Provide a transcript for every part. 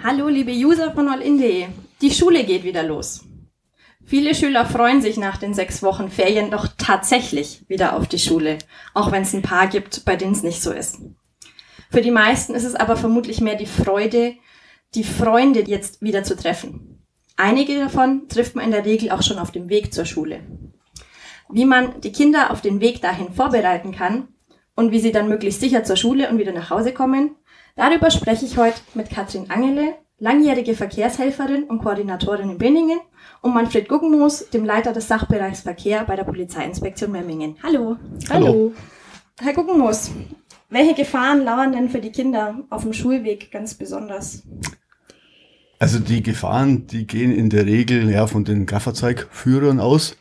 Hallo liebe User von allin.de. Die Schule geht wieder los. Viele Schüler freuen sich nach den 6 Wochen Ferien doch tatsächlich wieder auf die Schule, auch wenn es ein paar gibt, bei denen es nicht so ist. Für die meisten ist es aber vermutlich mehr die Freude, die Freunde jetzt wieder zu treffen. Einige davon trifft man in der Regel auch schon auf dem Weg zur Schule. Wie man die Kinder auf den Weg dahin vorbereiten kann und wie sie dann möglichst sicher zur Schule und wieder nach Hause kommen, darüber spreche ich heute mit Katrin Angele, langjährige Verkehrshelferin und Koordinatorin in Binningen, und Manfred Guggenmoos, dem Leiter des Sachbereichs Verkehr bei der Polizeiinspektion Memmingen. Hallo. Hallo. Herr Guggenmoos, welche Gefahren lauern denn für die Kinder auf dem Schulweg ganz besonders? Also die Gefahren, die gehen in der Regel von den Kraftfahrzeugführern aus,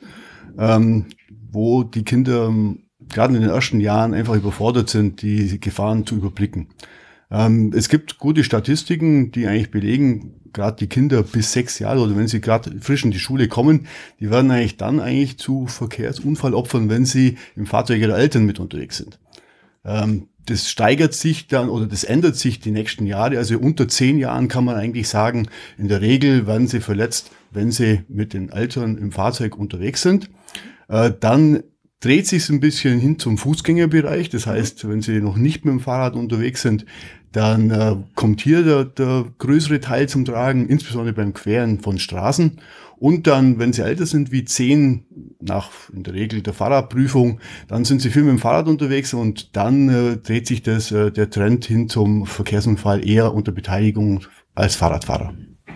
wo die Kinder gerade in den ersten Jahren einfach überfordert sind, die Gefahren zu überblicken. Es gibt gute Statistiken, die eigentlich belegen, gerade die Kinder bis 6 Jahre oder wenn sie gerade frisch in die Schule kommen, die werden eigentlich zu Verkehrsunfallopfern, wenn sie im Fahrzeug ihrer Eltern mit unterwegs sind. Das steigert sich dann oder das ändert sich die nächsten Jahre. Also unter 10 Jahren kann man eigentlich sagen, in der Regel werden sie verletzt, wenn sie mit den Eltern im Fahrzeug unterwegs sind. Dann dreht sich ein bisschen hin zum Fußgängerbereich. Das heißt, wenn sie noch nicht mit dem Fahrrad unterwegs sind, dann kommt hier der größere Teil zum Tragen, insbesondere beim Queren von Straßen. Und dann, wenn sie älter sind wie 10, nach in der Regel der Fahrradprüfung, dann sind sie viel mit dem Fahrrad unterwegs und dann dreht sich der Trend hin zum Verkehrsunfall eher unter Beteiligung als Fahrradfahrer.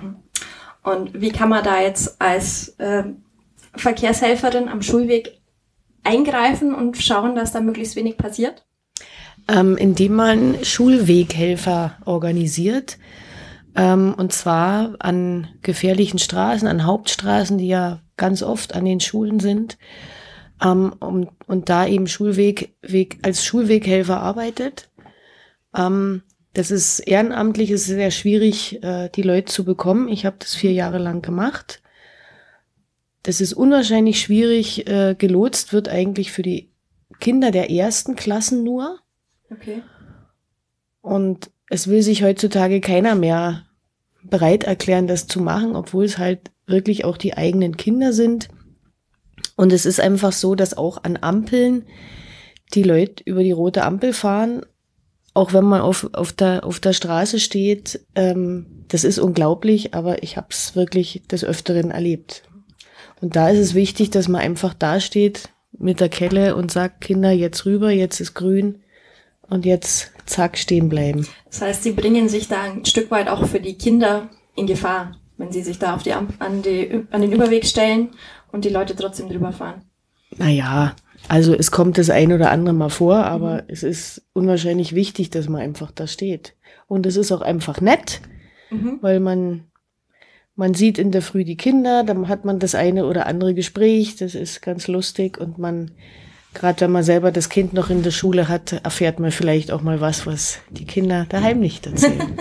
Und wie kann man da jetzt als Verkehrshelferin am Schulweg eingreifen und schauen, dass da möglichst wenig passiert? Indem man Schulweghelfer organisiert, und zwar an gefährlichen Straßen, an Hauptstraßen, die ja ganz oft an den Schulen sind, und da eben als Schulweghelfer arbeitet. Das ist ehrenamtlich, es ist sehr schwierig, die Leute zu bekommen. Ich habe das 4 Jahre lang gemacht. Das ist unwahrscheinlich schwierig. Gelotst wird eigentlich für die Kinder der ersten Klassen nur. Okay. Und es will sich heutzutage keiner mehr bereit erklären, das zu machen, obwohl es halt wirklich auch die eigenen Kinder sind. Und es ist einfach so, dass auch an Ampeln die Leute über die rote Ampel fahren, auch wenn man auf der Straße steht. Das ist unglaublich, aber ich habe es wirklich des Öfteren erlebt. Und da ist es wichtig, dass man einfach da steht mit der Kelle und sagt, Kinder, jetzt rüber, jetzt ist grün und jetzt zack, stehen bleiben. Das heißt, Sie bringen sich da ein Stück weit auch für die Kinder in Gefahr, wenn Sie sich da an den Überweg stellen und die Leute trotzdem drüber fahren. Naja, also es kommt das ein oder andere mal vor, aber es ist unwahrscheinlich wichtig, dass man einfach da steht. Und es ist auch einfach nett, weil man sieht in der Früh die Kinder, dann hat man das eine oder andere Gespräch, das ist ganz lustig und gerade wenn man selber das Kind noch in der Schule hat, erfährt man vielleicht auch mal was die Kinder daheim nicht erzählen.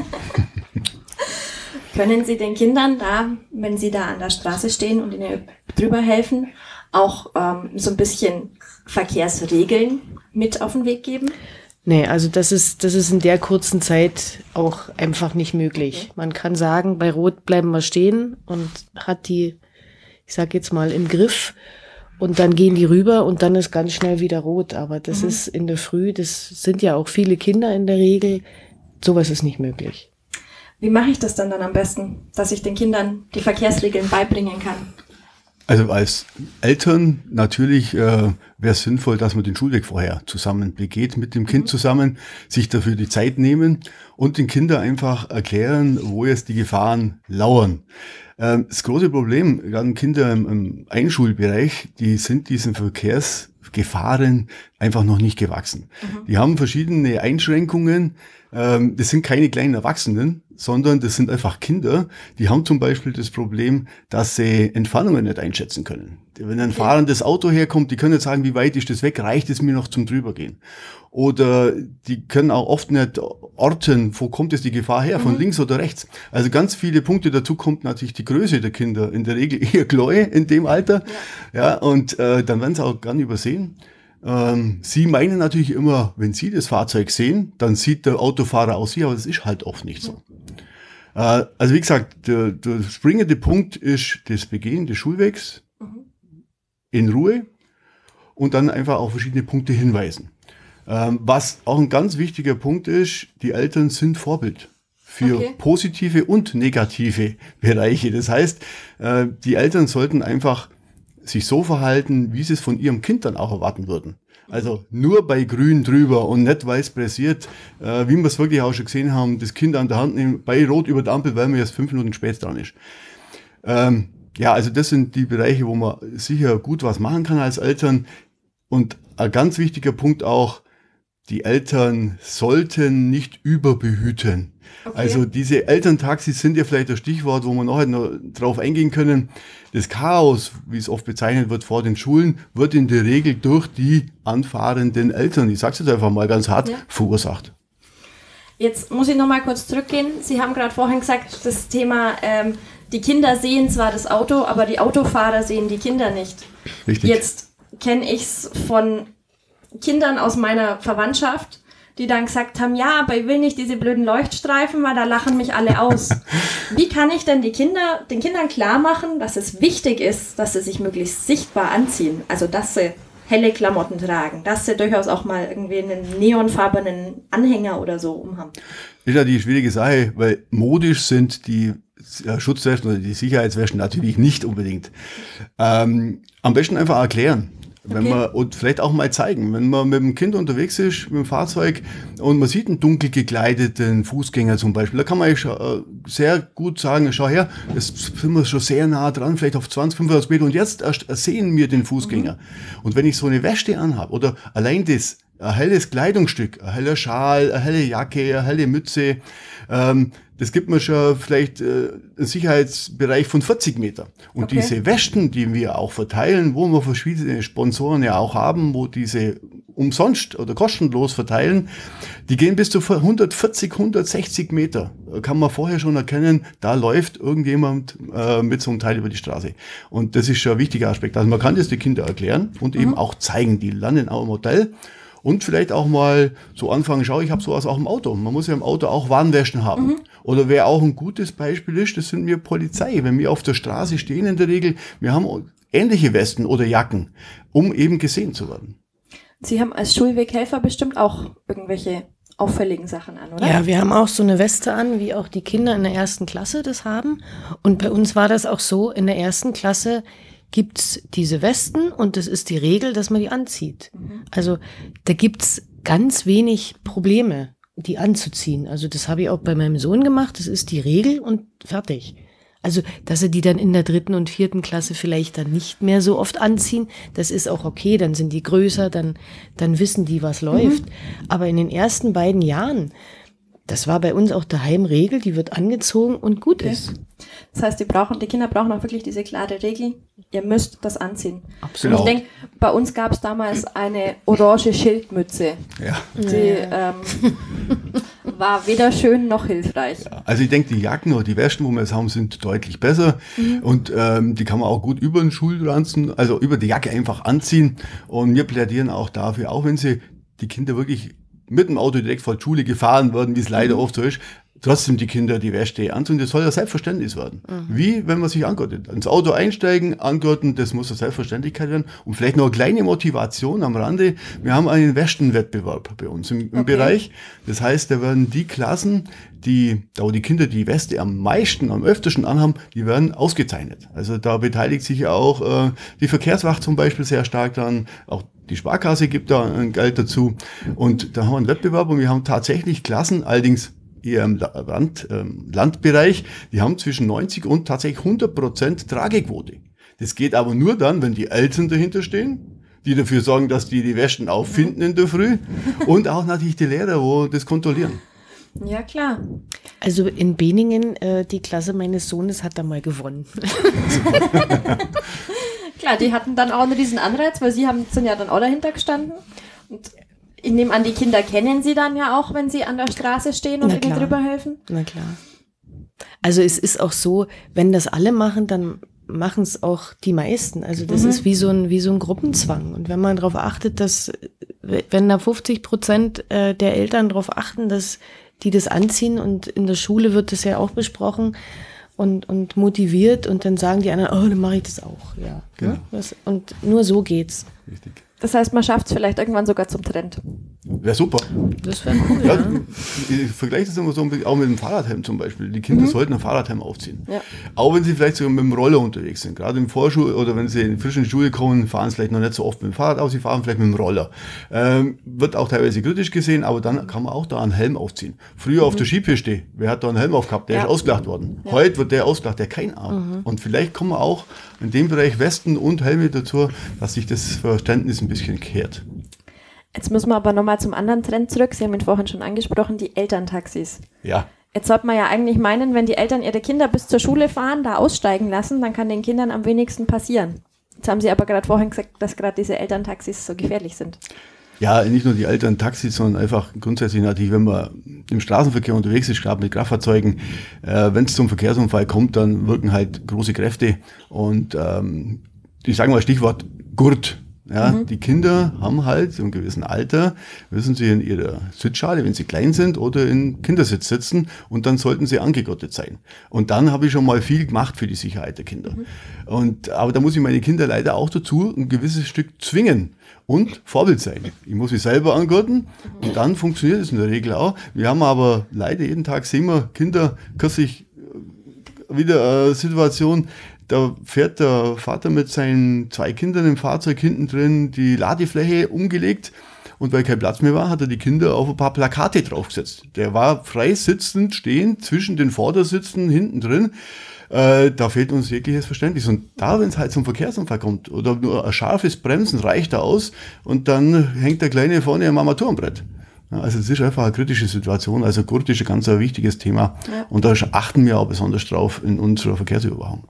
Können Sie den Kindern da, wenn Sie da an der Straße stehen und ihnen drüber helfen, auch so ein bisschen Verkehrsregeln mit auf den Weg geben? Nee, also das ist in der kurzen Zeit auch einfach nicht möglich. Man kann sagen, bei Rot bleiben wir stehen und hat die, ich sag jetzt mal, im Griff und dann gehen die rüber und dann ist ganz schnell wieder rot. Aber das ist in der Früh, das sind ja auch viele Kinder in der Regel, sowas ist nicht möglich. Wie mache ich das dann am besten, dass ich den Kindern die Verkehrsregeln beibringen kann? Also als Eltern natürlich wäre es sinnvoll, dass man den Schulweg vorher zusammen begeht, mit dem Kind zusammen, sich dafür die Zeit nehmen und den Kindern einfach erklären, wo jetzt die Gefahren lauern. Das große Problem, gerade Kinder im Einschulbereich, die sind diesen Verkehrsgefahren einfach noch nicht gewachsen. Die haben verschiedene Einschränkungen. Das sind keine kleinen Erwachsenen, sondern das sind einfach Kinder, die haben zum Beispiel das Problem, dass sie Entfernungen nicht einschätzen können. Wenn ein fahrendes Auto herkommt, die können nicht sagen, wie weit ist das weg, reicht es mir noch zum Drübergehen. Oder die können auch oft nicht orten, wo kommt jetzt die Gefahr her, von links oder rechts. Also ganz viele Punkte, dazu kommt natürlich die Größe der Kinder, in der Regel eher Gläue in dem Alter. Ja, und dann werden sie auch gern übersehen. Sie meinen natürlich immer, wenn Sie das Fahrzeug sehen, dann sieht der Autofahrer aus wie, aber das ist halt oft nicht so. Also wie gesagt, der springende Punkt ist das Begehen des Schulwegs in Ruhe und dann einfach auf verschiedene Punkte hinweisen. Was auch ein ganz wichtiger Punkt ist, die Eltern sind Vorbild für positive und negative Bereiche. Das heißt, die Eltern sollten einfach sich so verhalten, wie sie es von ihrem Kind dann auch erwarten würden. Also nur bei Grün drüber und nicht weiß pressiert, wie wir es wirklich auch schon gesehen haben, das Kind an der Hand nehmen, bei Rot über die Ampel, weil man erst 5 Minuten spät dran ist. Ja, also das sind die Bereiche, wo man sicher gut was machen kann als Eltern. Und ein ganz wichtiger Punkt auch, die Eltern sollten nicht überbehüten. Okay. Also diese Elterntaxis sind ja vielleicht das Stichwort, wo wir nachher noch drauf eingehen können. Das Chaos, wie es oft bezeichnet wird vor den Schulen, wird in der Regel durch die anfahrenden Eltern, ich sage es jetzt einfach mal ganz hart, verursacht. Jetzt muss ich noch mal kurz zurückgehen. Sie haben gerade vorhin gesagt, das Thema, die Kinder sehen zwar das Auto, aber die Autofahrer sehen die Kinder nicht. Richtig. Jetzt kenne ich es von Kindern aus meiner Verwandtschaft, die dann gesagt haben, ja, aber ich will nicht diese blöden Leuchtstreifen, weil da lachen mich alle aus. Wie kann ich denn den Kindern klar machen, dass es wichtig ist, dass sie sich möglichst sichtbar anziehen? Also, dass sie helle Klamotten tragen, dass sie durchaus auch mal irgendwie einen neonfarbenen Anhänger oder so umhaben. Ist ja die schwierige Sache, weil modisch sind die Schutzwesten oder die Sicherheitswesten natürlich nicht unbedingt. Am besten einfach erklären. Und vielleicht auch mal zeigen, wenn man mit dem Kind unterwegs ist, mit dem Fahrzeug und man sieht einen dunkel gekleideten Fußgänger zum Beispiel, da kann man sehr gut sagen, schau her, jetzt sind wir schon sehr nah dran, vielleicht auf 20, 25 Meter und jetzt sehen wir den Fußgänger. Und wenn ich so eine Weste anhabe oder allein das, ein helles Kleidungsstück, ein heller Schal, eine helle Jacke, eine helle Mütze, das gibt mir schon vielleicht einen Sicherheitsbereich von 40 Meter. Und diese Westen, die wir auch verteilen, wo wir verschiedene Sponsoren ja auch haben, wo diese umsonst oder kostenlos verteilen, die gehen bis zu 140, 160 Meter. Kann man vorher schon erkennen, da läuft irgendjemand mit so einem Teil über die Straße. Und das ist schon ein wichtiger Aspekt. Also man kann das den Kindern erklären und eben auch zeigen. Die lernen auch im Hotel. Und vielleicht auch mal so anfangen, schau, ich habe sowas auch im Auto. Man muss ja im Auto auch Warnwesten haben. Oder wer auch ein gutes Beispiel ist, das sind wir Polizei. Wenn wir auf der Straße stehen in der Regel, wir haben ähnliche Westen oder Jacken, um eben gesehen zu werden. Sie haben als Schulweghelfer bestimmt auch irgendwelche auffälligen Sachen an, oder? Ja, wir haben auch so eine Weste an, wie auch die Kinder in der 1. Klasse das haben. Und bei uns war das auch so, in der 1. Klasse gibt's diese Westen und das ist die Regel, dass man die anzieht. Also da gibt's ganz wenig Probleme, die anzuziehen. Also das habe ich auch bei meinem Sohn gemacht, das ist die Regel und fertig. Also, dass sie die dann in der 3. und 4. Klasse vielleicht dann nicht mehr so oft anziehen, das ist auch okay, dann sind die größer, dann wissen die, was läuft. Aber in den ersten beiden Jahren, das war bei uns auch daheim Regel, die wird angezogen und gut ist. Das heißt, die Kinder brauchen auch wirklich diese klare Regel, ihr müsst das anziehen. Absolut. Und ich denke, bei uns gab es damals eine orange Schildmütze. Ja. Die war weder schön noch hilfreich. Ja, also ich denke, die Jacken oder die Westen, wo wir jetzt haben, sind deutlich besser. Und die kann man auch gut über den Schulranzen, also über die Jacke einfach anziehen. Und wir plädieren auch dafür, auch wenn sie die Kinder wirklich mit dem Auto direkt vor die Schule gefahren werden, wie es leider oft so ist, trotzdem die Kinder die Weste anziehen. Das soll ja Selbstverständnis werden. Wie, wenn man sich angurtet. Ins Auto einsteigen, angurten, das muss eine Selbstverständlichkeit werden. Und vielleicht noch eine kleine Motivation am Rande. Wir haben einen Westenwettbewerb bei uns im Bereich. Das heißt, da werden die Klassen, wo die Kinder die Weste am meisten, am öftesten anhaben, die werden ausgezeichnet. Also da beteiligt sich auch die Verkehrswacht zum Beispiel sehr stark dran. Auch die Sparkasse gibt da ein Geld dazu. Und da haben wir einen Wettbewerb und wir haben tatsächlich Klassen, allerdings eher im Landbereich, die haben zwischen 90 und tatsächlich 100% Tragequote. Das geht aber nur dann, wenn die Eltern dahinter stehen, die dafür sorgen, dass die Westen auffinden in der Früh und auch natürlich die Lehrer, wo das kontrollieren. Ja, klar. Also in Beningen, die Klasse meines Sohnes hat da mal gewonnen. Klar, die hatten dann auch einen riesen Anreiz, weil sind ja dann auch dahinter gestanden. Und ich nehme an, die Kinder kennen sie dann ja auch, wenn sie an der Straße stehen und irgendwie drüber helfen. Na klar. Also es ist auch so, wenn das alle machen, dann machen es auch die meisten. Also das ist wie so ein Gruppenzwang. Und wenn man darauf achtet, dass, wenn da 50% der Eltern darauf achten, dass die das anziehen und in der Schule wird das ja auch besprochen und motiviert und dann sagen die anderen, oh, dann mache ich das auch. Ja, genau. Ne? Und nur so geht's. Richtig. Das heißt, man schafft es vielleicht irgendwann sogar zum Trend. Wäre super. Das wäre cool, Ja, ja. ich vergleiche das immer so ein bisschen, auch mit dem Fahrradhelm zum Beispiel. Die Kinder sollten ein Fahrradhelm aufziehen. Ja. Auch wenn sie vielleicht sogar mit dem Roller unterwegs sind. Gerade im Vorschul- oder wenn sie frisch in die Schule kommen, fahren sie vielleicht noch nicht so oft mit dem Fahrrad auf, sie fahren vielleicht mit dem Roller. Wird auch teilweise kritisch gesehen, aber dann kann man auch da einen Helm aufziehen. Früher auf der Skipiste, wer hat da einen Helm aufgehabt? Der Ja. ist ausgelacht worden. Heute wird der ausgelacht, der keinen Arm. Und vielleicht kommen wir auch in dem Bereich Westen und Helme dazu, dass sich das Verständnis ein bisschen kehrt. Jetzt müssen wir aber nochmal zum anderen Trend zurück. Sie haben ihn vorhin schon angesprochen, die Elterntaxis. Ja. Jetzt sollte man ja eigentlich meinen, wenn die Eltern ihre Kinder bis zur Schule fahren, da aussteigen lassen, dann kann den Kindern am wenigsten passieren. Jetzt haben Sie aber gerade vorhin gesagt, dass gerade diese Elterntaxis so gefährlich sind. Ja, nicht nur die Eltern-Taxis, sondern einfach grundsätzlich natürlich, wenn man im Straßenverkehr unterwegs ist, gerade mit Kraftfahrzeugen, wenn es zum Verkehrsunfall kommt, dann wirken halt große Kräfte und ich sage mal Stichwort Gurt. Ja, die Kinder haben halt im gewissen Alter, müssen sie in ihrer Sitzschale, wenn sie klein sind, oder in Kindersitz sitzen und dann sollten sie angegurtet sein. Und dann habe ich schon mal viel gemacht für die Sicherheit der Kinder. Aber da muss ich meine Kinder leider auch dazu ein gewisses Stück zwingen und Vorbild sein. Ich muss mich selber angurten und dann funktioniert es in der Regel auch. Wir haben aber leider jeden Tag sehen wir Kinder, kürzlich wieder eine Situation, da fährt der Vater mit seinen 2 Kindern im Fahrzeug hinten drin die Ladefläche umgelegt und weil kein Platz mehr war, hat er die Kinder auf ein paar Plakate draufgesetzt. Der war frei sitzend, stehend zwischen den Vordersitzen hinten drin. Da fehlt uns jegliches Verständnis. Und da, wenn es halt zum Verkehrsunfall kommt oder nur ein scharfes Bremsen reicht da aus und dann hängt der Kleine vorne am Armaturenbrett. Ja, also es ist einfach eine kritische Situation. Also Gurt ist ein ganz wichtiges Thema. Ja. Und da achten wir auch besonders drauf in unserer Verkehrsüberwachung.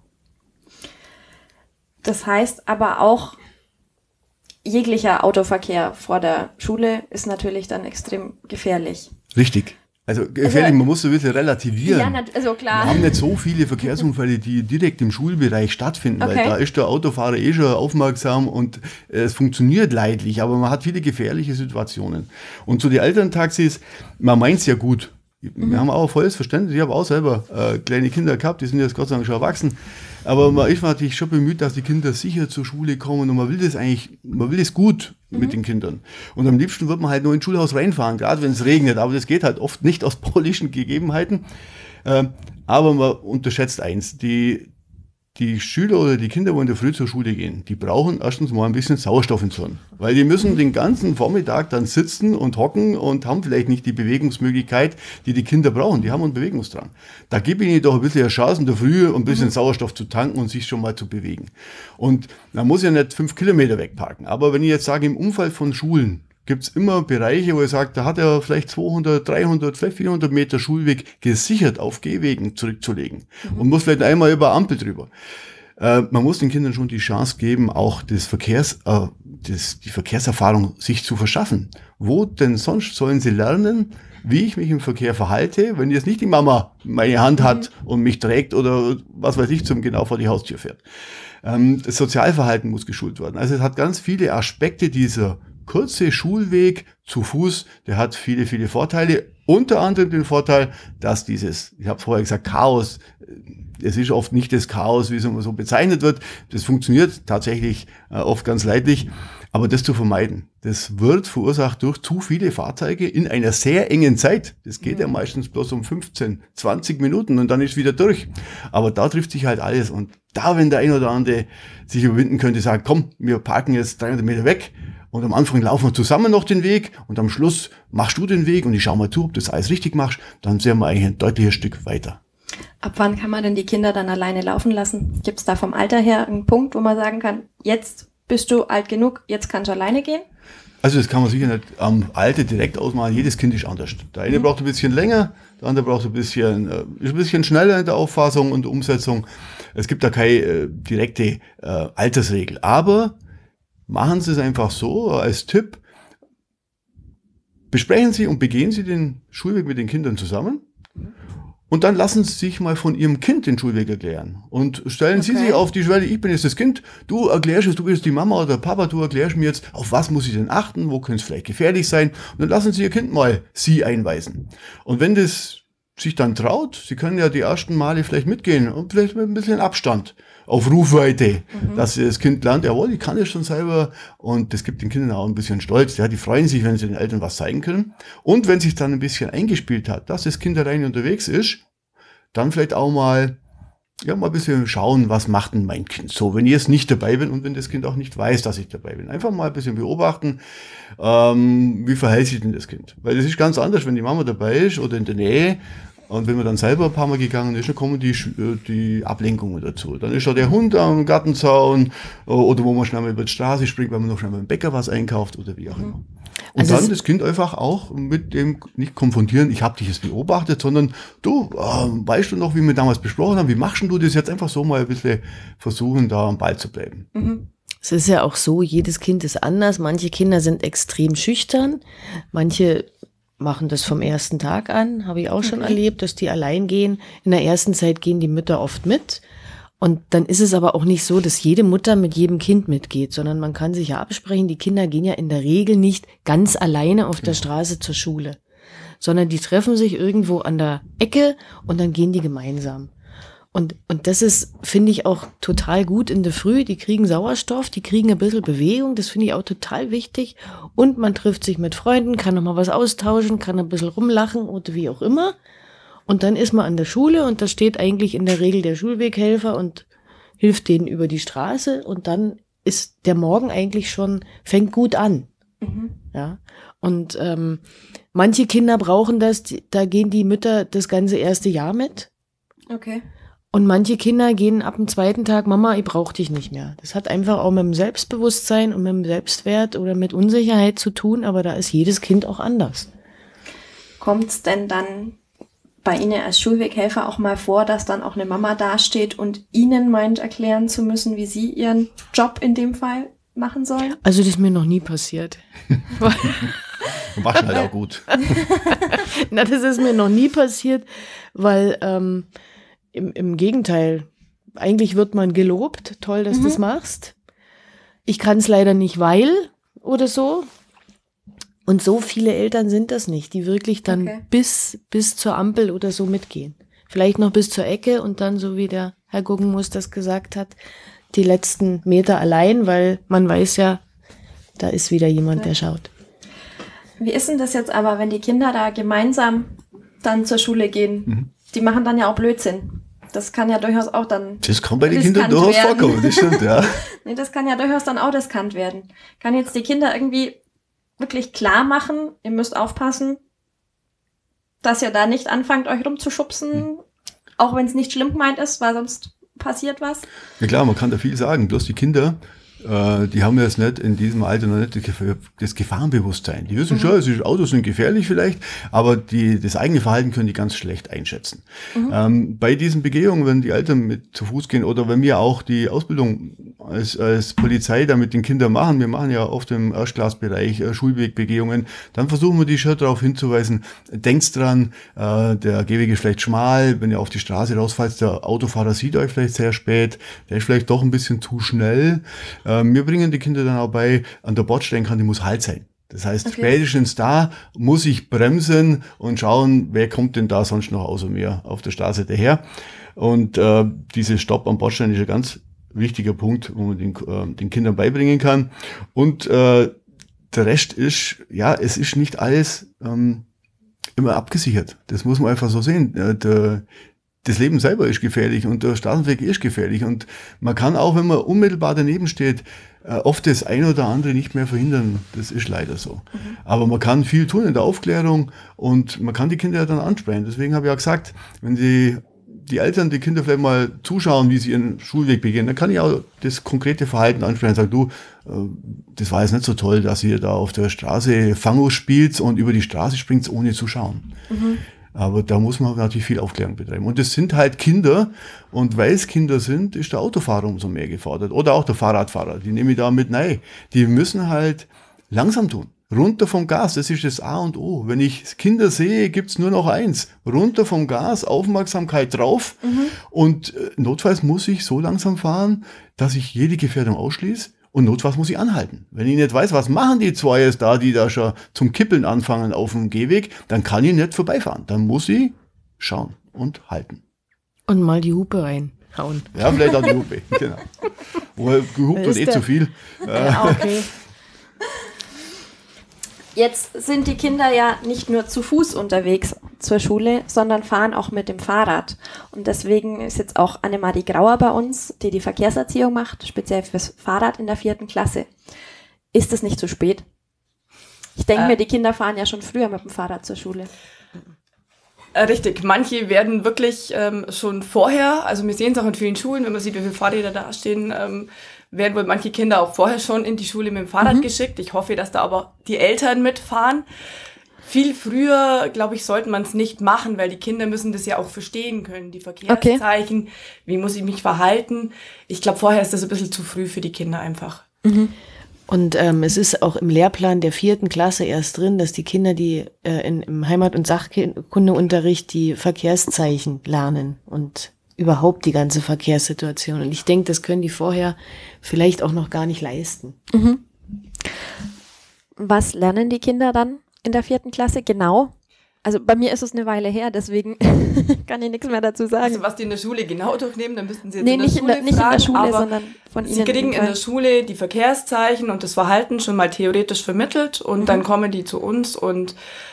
Das heißt aber auch, jeglicher Autoverkehr vor der Schule ist natürlich dann extrem gefährlich. Richtig. Also gefährlich, man muss so ein bisschen relativieren. Ja, also klar. Wir haben nicht so viele Verkehrsunfälle, die direkt im Schulbereich stattfinden, weil da ist der Autofahrer schon aufmerksam und es funktioniert leidlich, aber man hat viele gefährliche Situationen. Und zu den Elterntaxis, man meint es ja gut. Wir haben auch volles Verständnis. Ich habe auch selber kleine Kinder gehabt, die sind jetzt Gott sei Dank schon erwachsen. Aber man ist natürlich schon bemüht, dass die Kinder sicher zur Schule kommen und man will das gut mit den Kindern. Und am liebsten wird man halt nur ins Schulhaus reinfahren, gerade wenn es regnet. Aber das geht halt oft nicht aus politischen Gegebenheiten. Aber man unterschätzt eins, die Schüler oder die Kinder, die in der Früh zur Schule gehen, die brauchen erstens mal ein bisschen Sauerstoff ins Hirn. Weil die müssen den ganzen Vormittag dann sitzen und hocken und haben vielleicht nicht die Bewegungsmöglichkeit, die die Kinder brauchen. Die haben einen Bewegungsdrang. Da gebe ich ihnen doch ein bisschen eine Chance in der Früh, ein bisschen Sauerstoff zu tanken und sich schon mal zu bewegen. Und man muss ja nicht 5 Kilometer wegparken. Aber wenn ich jetzt sage, im Umfeld von Schulen, gibt es immer Bereiche, wo er sagt, da hat er vielleicht 200, 300, vielleicht 400 Meter Schulweg gesichert auf Gehwegen zurückzulegen und muss vielleicht einmal über Ampel drüber. Man muss den Kindern schon die Chance geben, auch die Verkehrserfahrung sich zu verschaffen. Wo denn sonst sollen sie lernen, wie ich mich im Verkehr verhalte, wenn jetzt nicht die Mama meine Hand hat und mich trägt oder was weiß ich, genau vor die Haustür fährt. Das Sozialverhalten muss geschult werden. Also es hat ganz viele Aspekte dieser kurze Schulweg zu Fuß, der hat viele, viele Vorteile. Unter anderem den Vorteil, dass dieses, ich habe vorher gesagt, Chaos, es ist oft nicht das Chaos, wie es immer so bezeichnet wird. Das funktioniert tatsächlich oft ganz leidlich. Aber das zu vermeiden, das wird verursacht durch zu viele Fahrzeuge in einer sehr engen Zeit. Das geht ja meistens bloß um 15, 20 Minuten und dann ist wieder durch. Aber da trifft sich halt alles. Und da, wenn der ein oder andere sich überwinden könnte, sagen, komm, wir parken jetzt 300 Meter weg, und am Anfang laufen wir zusammen noch den Weg und am Schluss machst du den Weg und ich schau mal zu, ob du das alles richtig machst, dann sind wir eigentlich ein deutliches Stück weiter. Ab wann kann man denn die Kinder dann alleine laufen lassen? Gibt es da vom Alter her einen Punkt, wo man sagen kann, jetzt bist du alt genug, jetzt kannst du alleine gehen? Also das kann man sicher nicht am Alter direkt ausmalen. Jedes Kind ist anders. Der eine braucht ein bisschen länger, der andere braucht ist ein bisschen schneller in der Auffassung und Umsetzung. Es gibt da keine direkte Altersregel. Aber machen Sie es einfach so als Tipp. Besprechen Sie und begehen Sie den Schulweg mit den Kindern zusammen Und dann lassen Sie sich mal von Ihrem Kind den Schulweg erklären. Und stellen Sie sich auf die Schwelle, ich bin jetzt das Kind, du erklärst es, du bist die Mama oder der Papa, du erklärst mir jetzt, auf was muss ich denn achten, wo könnte es vielleicht gefährlich sein. Und dann lassen Sie Ihr Kind mal Sie einweisen. Und wenn das sich dann traut, Sie können ja die ersten Male vielleicht mitgehen und vielleicht mit ein bisschen Abstand auf Rufweite, dass das Kind lernt, jawohl, ich kann es schon selber, und das gibt den Kindern auch ein bisschen Stolz, ja, die freuen sich, wenn sie den Eltern was zeigen können, und wenn sich dann ein bisschen eingespielt hat, dass das Kind alleine unterwegs ist, dann vielleicht auch mal ein bisschen schauen, was macht denn mein Kind so, wenn ich jetzt nicht dabei bin und wenn das Kind auch nicht weiß, dass ich dabei bin. Einfach mal ein bisschen beobachten, wie verhält sich denn das Kind, weil das ist ganz anders, wenn die Mama dabei ist oder in der Nähe. Und wenn man dann selber ein paar Mal gegangen ist, dann kommen die Ablenkungen dazu. Dann ist da der Hund am Gartenzaun oder wo man schnell mal über die Straße springt, weil man noch schnell mal im Bäcker was einkauft oder wie auch immer. Und also dann das Kind einfach auch mit dem nicht konfrontieren, ich habe dich jetzt beobachtet, sondern du, weißt du noch, wie wir damals besprochen haben, wie machst du das jetzt einfach so mal ein bisschen versuchen, da am Ball zu bleiben. Es ist ja auch so, jedes Kind ist anders. Manche Kinder sind extrem schüchtern, manche machen das vom ersten Tag an, habe ich auch schon erlebt, dass die allein gehen. In der ersten Zeit gehen die Mütter oft mit. Und dann ist es aber auch nicht so, dass jede Mutter mit jedem Kind mitgeht, sondern man kann sich ja absprechen, die Kinder gehen ja in der Regel nicht ganz alleine auf der Straße zur Schule, sondern die treffen sich irgendwo an der Ecke und dann gehen die gemeinsam. Und das ist, finde ich, auch total gut in der Früh. Die kriegen Sauerstoff, die kriegen ein bisschen Bewegung. Das finde ich auch total wichtig. Und man trifft sich mit Freunden, kann noch mal was austauschen, kann ein bisschen rumlachen oder wie auch immer. Und dann ist man an der Schule und da steht eigentlich in der Regel der Schulweghelfer und hilft denen über die Straße. Und dann ist der Morgen eigentlich schon, fängt gut an. Ja. Und manche Kinder brauchen das, da gehen die Mütter das ganze erste Jahr mit. Okay. Und manche Kinder gehen ab dem zweiten Tag, Mama, ich brauche dich nicht mehr. Das hat einfach auch mit dem Selbstbewusstsein und mit dem Selbstwert oder mit Unsicherheit zu tun, aber da ist jedes Kind auch anders. Kommt es denn dann bei Ihnen als Schulweghelfer auch mal vor, dass dann auch eine Mama dasteht und Ihnen meint, erklären zu müssen, wie Sie Ihren Job in dem Fall machen sollen? Also das ist mir noch nie passiert. Waschen halt auch gut. Na, das ist mir noch nie passiert, weil im Gegenteil, eigentlich wird man gelobt, toll, dass du das machst. Ich kann es leider nicht, weil oder so. Und so viele Eltern sind das nicht, die wirklich dann bis zur Ampel oder so mitgehen. Vielleicht noch bis zur Ecke und dann, so wie der Herr Guggenmus das gesagt hat, die letzten Meter allein, weil man weiß ja, da ist wieder jemand, der schaut. Wie ist denn das jetzt aber, wenn die Kinder da gemeinsam dann zur Schule gehen? Die machen dann ja auch Blödsinn. Das kann ja durchaus auch dann das kann bei den Kindern durchaus vorkommen, das stimmt, ja. Nee, das kann ja durchaus dann auch riskant werden. Kann jetzt die Kinder irgendwie wirklich klar machen, ihr müsst aufpassen, dass ihr da nicht anfangt, euch rumzuschubsen, auch wenn es nicht schlimm gemeint ist, weil sonst passiert was? Ja klar, man kann da viel sagen, bloß die Kinder, die haben jetzt nicht in diesem Alter noch nicht das Gefahrenbewusstsein. Die wissen schon, Autos sind gefährlich vielleicht, aber das eigene Verhalten können die ganz schlecht einschätzen. Bei diesen Begehungen, wenn die Eltern mit zu Fuß gehen oder wenn wir auch die Ausbildung als Polizei da mit den Kindern machen, wir machen ja oft im Erstklassbereich Schulwegbegehungen, dann versuchen wir die schon darauf hinzuweisen, denkt dran, der Gehweg ist vielleicht schmal, wenn ihr auf die Straße rausfallt, der Autofahrer sieht euch vielleicht sehr spät, der ist vielleicht doch ein bisschen zu schnell. Wir bringen die Kinder dann auch bei, an der Bordsteinkante muss Halt sein. Das heißt, spätestens da muss ich bremsen und schauen, wer kommt denn da sonst noch außer mir auf der Straße daher. Und dieses Stopp am Bordstein ist ein ganz wichtiger Punkt, wo man den Kindern beibringen kann. Und der Rest ist, ja, es ist nicht alles immer abgesichert. Das muss man einfach so sehen. Das Leben selber ist gefährlich und der Straßenweg ist gefährlich und man kann auch, wenn man unmittelbar daneben steht, oft das eine oder andere nicht mehr verhindern. Das ist leider so. Aber man kann viel tun in der Aufklärung und man kann die Kinder dann ansprechen. Deswegen habe ich auch gesagt, wenn die Eltern die Kinder vielleicht mal zuschauen, wie sie ihren Schulweg begehen, dann kann ich auch das konkrete Verhalten ansprechen und sagen, du, das war jetzt nicht so toll, dass ihr da auf der Straße Fango spielt und über die Straße springt, ohne zu schauen. Aber da muss man natürlich viel Aufklärung betreiben. Und es sind halt Kinder. Und weil es Kinder sind, ist der Autofahrer umso mehr gefordert. Oder auch der Fahrradfahrer. Die nehme ich da mit rein. Die müssen halt langsam tun. Runter vom Gas, das ist das A und O. Wenn ich Kinder sehe, gibt's nur noch eins. Runter vom Gas, Aufmerksamkeit drauf. Und notfalls muss ich so langsam fahren, dass ich jede Gefährdung ausschließe. Und notfalls muss ich anhalten. Wenn ich nicht weiß, was machen die zwei jetzt da, die da schon zum Kippeln anfangen auf dem Gehweg, dann kann ich nicht vorbeifahren. Dann muss ich schauen und halten. Und mal die Hupe reinhauen. Ja, vielleicht auch die Hupe, genau. Gehupt wird zu viel. Ja, okay. Jetzt sind die Kinder ja nicht nur zu Fuß unterwegs zur Schule, sondern fahren auch mit dem Fahrrad. Und deswegen ist jetzt auch Annemarie Grauer bei uns, die die Verkehrserziehung macht, speziell fürs Fahrrad in der 4. Klasse. Ist es nicht zu spät? Ich denke mir, die Kinder fahren ja schon früher mit dem Fahrrad zur Schule. Richtig, manche werden wirklich schon vorher, also wir sehen es auch in vielen Schulen, wenn man sieht, wie viele Fahrräder da stehen, werden wohl manche Kinder auch vorher schon in die Schule mit dem Fahrrad geschickt. Ich hoffe, dass da aber die Eltern mitfahren. Viel früher, glaube ich, sollte man es nicht machen, weil die Kinder müssen das ja auch verstehen können, die Verkehrszeichen, wie muss ich mich verhalten. Ich glaube, vorher ist das ein bisschen zu früh für die Kinder einfach. Und es ist auch im Lehrplan der 4. Klasse erst drin, dass die Kinder im Heimat- und Sachkundeunterricht die Verkehrszeichen lernen und überhaupt die ganze Verkehrssituation. Und ich denke, das können die vorher vielleicht auch noch gar nicht leisten. Was lernen die Kinder dann in der 4. Klasse genau? Also bei mir ist es eine Weile her, deswegen kann ich nichts mehr dazu sagen. Also was die in der Schule genau durchnehmen, dann müssten sie jetzt nicht in der Schule, sondern von Ihnen. Sie kriegen in der Schule die Verkehrszeichen und das Verhalten schon mal theoretisch vermittelt und dann kommen die zu uns und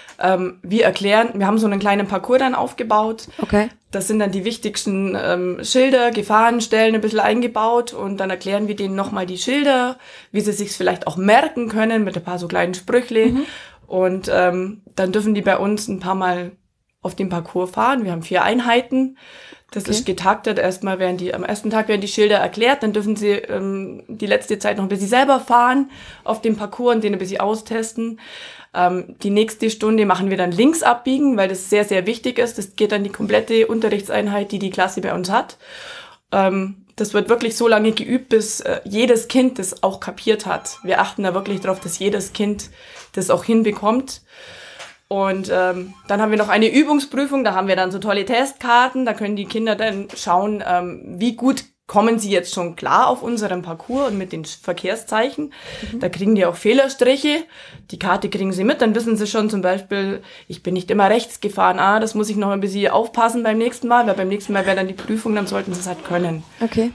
wir erklären, wir haben so einen kleinen Parcours dann aufgebaut. Okay. Das sind dann die wichtigsten Schilder, Gefahrenstellen ein bisschen eingebaut und dann erklären wir denen nochmal die Schilder, wie sie sich's vielleicht auch merken können mit ein paar so kleinen Sprüchle. Und dann dürfen die bei uns ein paar Mal auf dem Parcours fahren. Wir haben 4 Einheiten. Das ist getaktet. Am ersten Tag werden die Schilder erklärt, dann dürfen sie die letzte Zeit noch ein bisschen selber fahren auf dem Parcours und den ein bisschen austesten. Die nächste Stunde machen wir dann links abbiegen, weil das sehr, sehr wichtig ist. Das geht dann die komplette Unterrichtseinheit, die Klasse bei uns hat. Das wird wirklich so lange geübt, bis jedes Kind das auch kapiert hat. Wir achten da wirklich darauf, dass jedes Kind das auch hinbekommt. Und dann haben wir noch eine Übungsprüfung, da haben wir dann so tolle Testkarten, da können die Kinder dann schauen, wie gut kommen sie jetzt schon klar auf unserem Parcours und mit den Verkehrszeichen. Da kriegen die auch Fehlerstriche, die Karte kriegen sie mit, dann wissen sie schon zum Beispiel, ich bin nicht immer rechts gefahren, das muss ich noch ein bisschen aufpassen beim nächsten Mal, weil beim nächsten Mal wäre dann die Prüfung, dann sollten sie es halt können. Okay.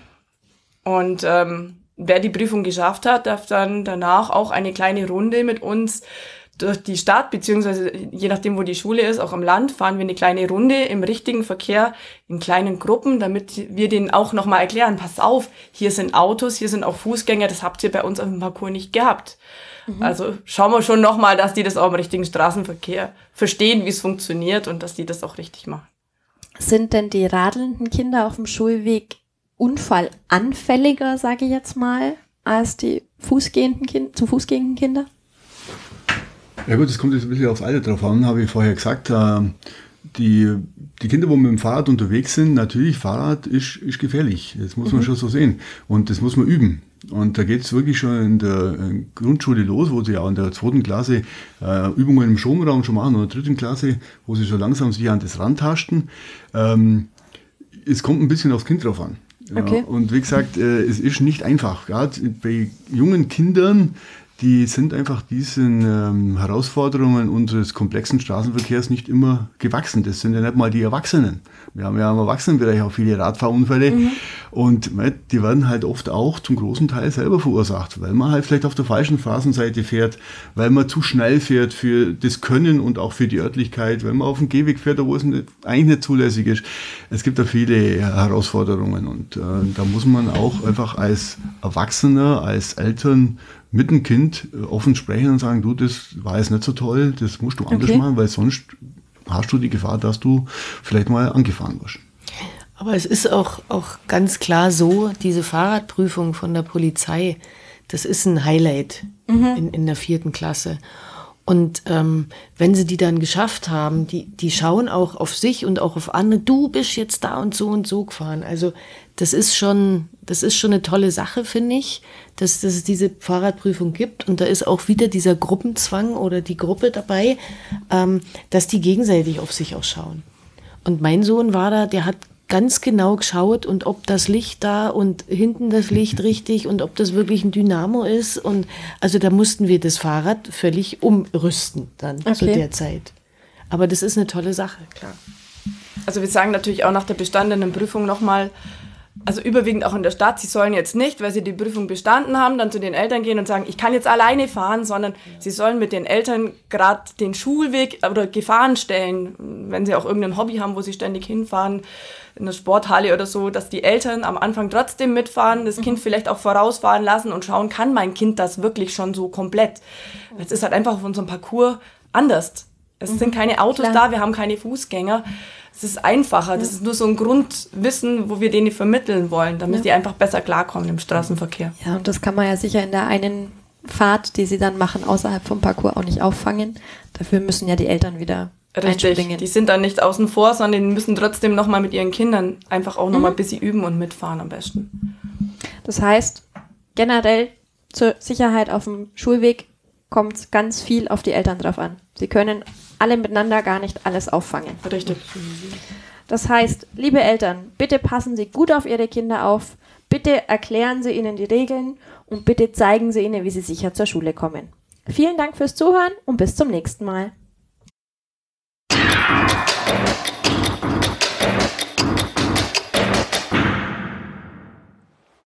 Und wer die Prüfung geschafft hat, darf dann danach auch eine kleine Runde mit uns durch die Stadt, beziehungsweise je nachdem, wo die Schule ist, auch am Land, fahren wir eine kleine Runde im richtigen Verkehr in kleinen Gruppen, damit wir denen auch nochmal erklären, pass auf, hier sind Autos, hier sind auch Fußgänger, das habt ihr bei uns auf dem Parcours nicht gehabt. Also schauen wir schon nochmal, dass die das auch im richtigen Straßenverkehr verstehen, wie es funktioniert und dass die das auch richtig machen. Sind denn die radelnden Kinder auf dem Schulweg unfallanfälliger, sage ich jetzt mal, als die zu Fuß gehenden Kinder? Ja gut, das kommt jetzt ein bisschen aufs Alter drauf an, habe ich vorher gesagt. Die Kinder, die mit dem Fahrrad unterwegs sind, natürlich, Fahrrad ist gefährlich. Das muss man schon so sehen. Und das muss man üben. Und da geht es wirklich schon in der Grundschule los, wo sie ja in der 2. Klasse Übungen im Schonraum schon machen, oder 3. Klasse, wo sie schon langsam sich an das rantasten. Es kommt ein bisschen aufs Kind drauf an. Okay. Ja, und wie gesagt, es ist nicht einfach. Gerade bei jungen Kindern, die sind einfach diesen Herausforderungen unseres komplexen Straßenverkehrs nicht immer gewachsen. Das sind ja nicht mal die Erwachsenen. Wir haben ja im Erwachsenenbereich auch viele Radfahrunfälle und die werden halt oft auch zum großen Teil selber verursacht, weil man halt vielleicht auf der falschen Straßenseite fährt, weil man zu schnell fährt für das Können und auch für die Örtlichkeit, weil man auf dem Gehweg fährt, wo es eigentlich nicht zulässig ist. Es gibt da viele Herausforderungen und da muss man auch einfach als Erwachsener, als Eltern mit dem Kind offen sprechen und sagen, du, das war jetzt nicht so toll, das musst du anders machen, weil sonst hast du die Gefahr, dass du vielleicht mal angefahren wirst. Aber es ist auch ganz klar so, diese Fahrradprüfung von der Polizei, das ist ein Highlight in der 4. Klasse. Und wenn sie die dann geschafft haben, die schauen auch auf sich und auch auf andere, du bist jetzt da und so gefahren. Also das ist schon eine tolle Sache, finde ich, dass es diese Fahrradprüfung gibt. Und da ist auch wieder dieser Gruppenzwang oder die Gruppe dabei, dass die gegenseitig auf sich auch schauen. Und mein Sohn war da, der hat ganz genau geschaut und ob das Licht da und hinten das Licht richtig und ob das wirklich ein Dynamo ist. Und also da mussten wir das Fahrrad völlig umrüsten dann zu der Zeit. Aber das ist eine tolle Sache, klar. Also wir sagen natürlich auch nach der bestandenen Prüfung nochmal, also überwiegend auch in der Stadt, sie sollen jetzt nicht, weil sie die Prüfung bestanden haben, dann zu den Eltern gehen und sagen, ich kann jetzt alleine fahren, sondern sie sollen mit den Eltern gerade den Schulweg oder Gefahrenstellen, wenn sie auch irgendein Hobby haben, wo sie ständig hinfahren, in der Sporthalle oder so, dass die Eltern am Anfang trotzdem mitfahren, das Kind vielleicht auch vorausfahren lassen und schauen, kann mein Kind das wirklich schon so komplett? Es ist halt einfach auf unserem Parcours anders. Es sind keine Autos da, wir haben keine Fußgänger. Es ist einfacher. Das ist nur so ein Grundwissen, wo wir denen vermitteln wollen, damit die einfach besser klarkommen im Straßenverkehr. Ja, und das kann man ja sicher in der einen Fahrt, die sie dann machen, außerhalb vom Parcours auch nicht auffangen. Dafür müssen ja die Eltern wieder einspringen. Die sind dann nicht außen vor, sondern die müssen trotzdem nochmal mit ihren Kindern einfach auch nochmal ein bisschen üben und mitfahren am besten. Das heißt, generell zur Sicherheit auf dem Schulweg kommt ganz viel auf die Eltern drauf an. Sie können alle miteinander gar nicht alles auffangen. Richtig. Das heißt, liebe Eltern, bitte passen Sie gut auf Ihre Kinder auf, bitte erklären Sie ihnen die Regeln und bitte zeigen Sie ihnen, wie sie sicher zur Schule kommen. Vielen Dank fürs Zuhören und bis zum nächsten Mal.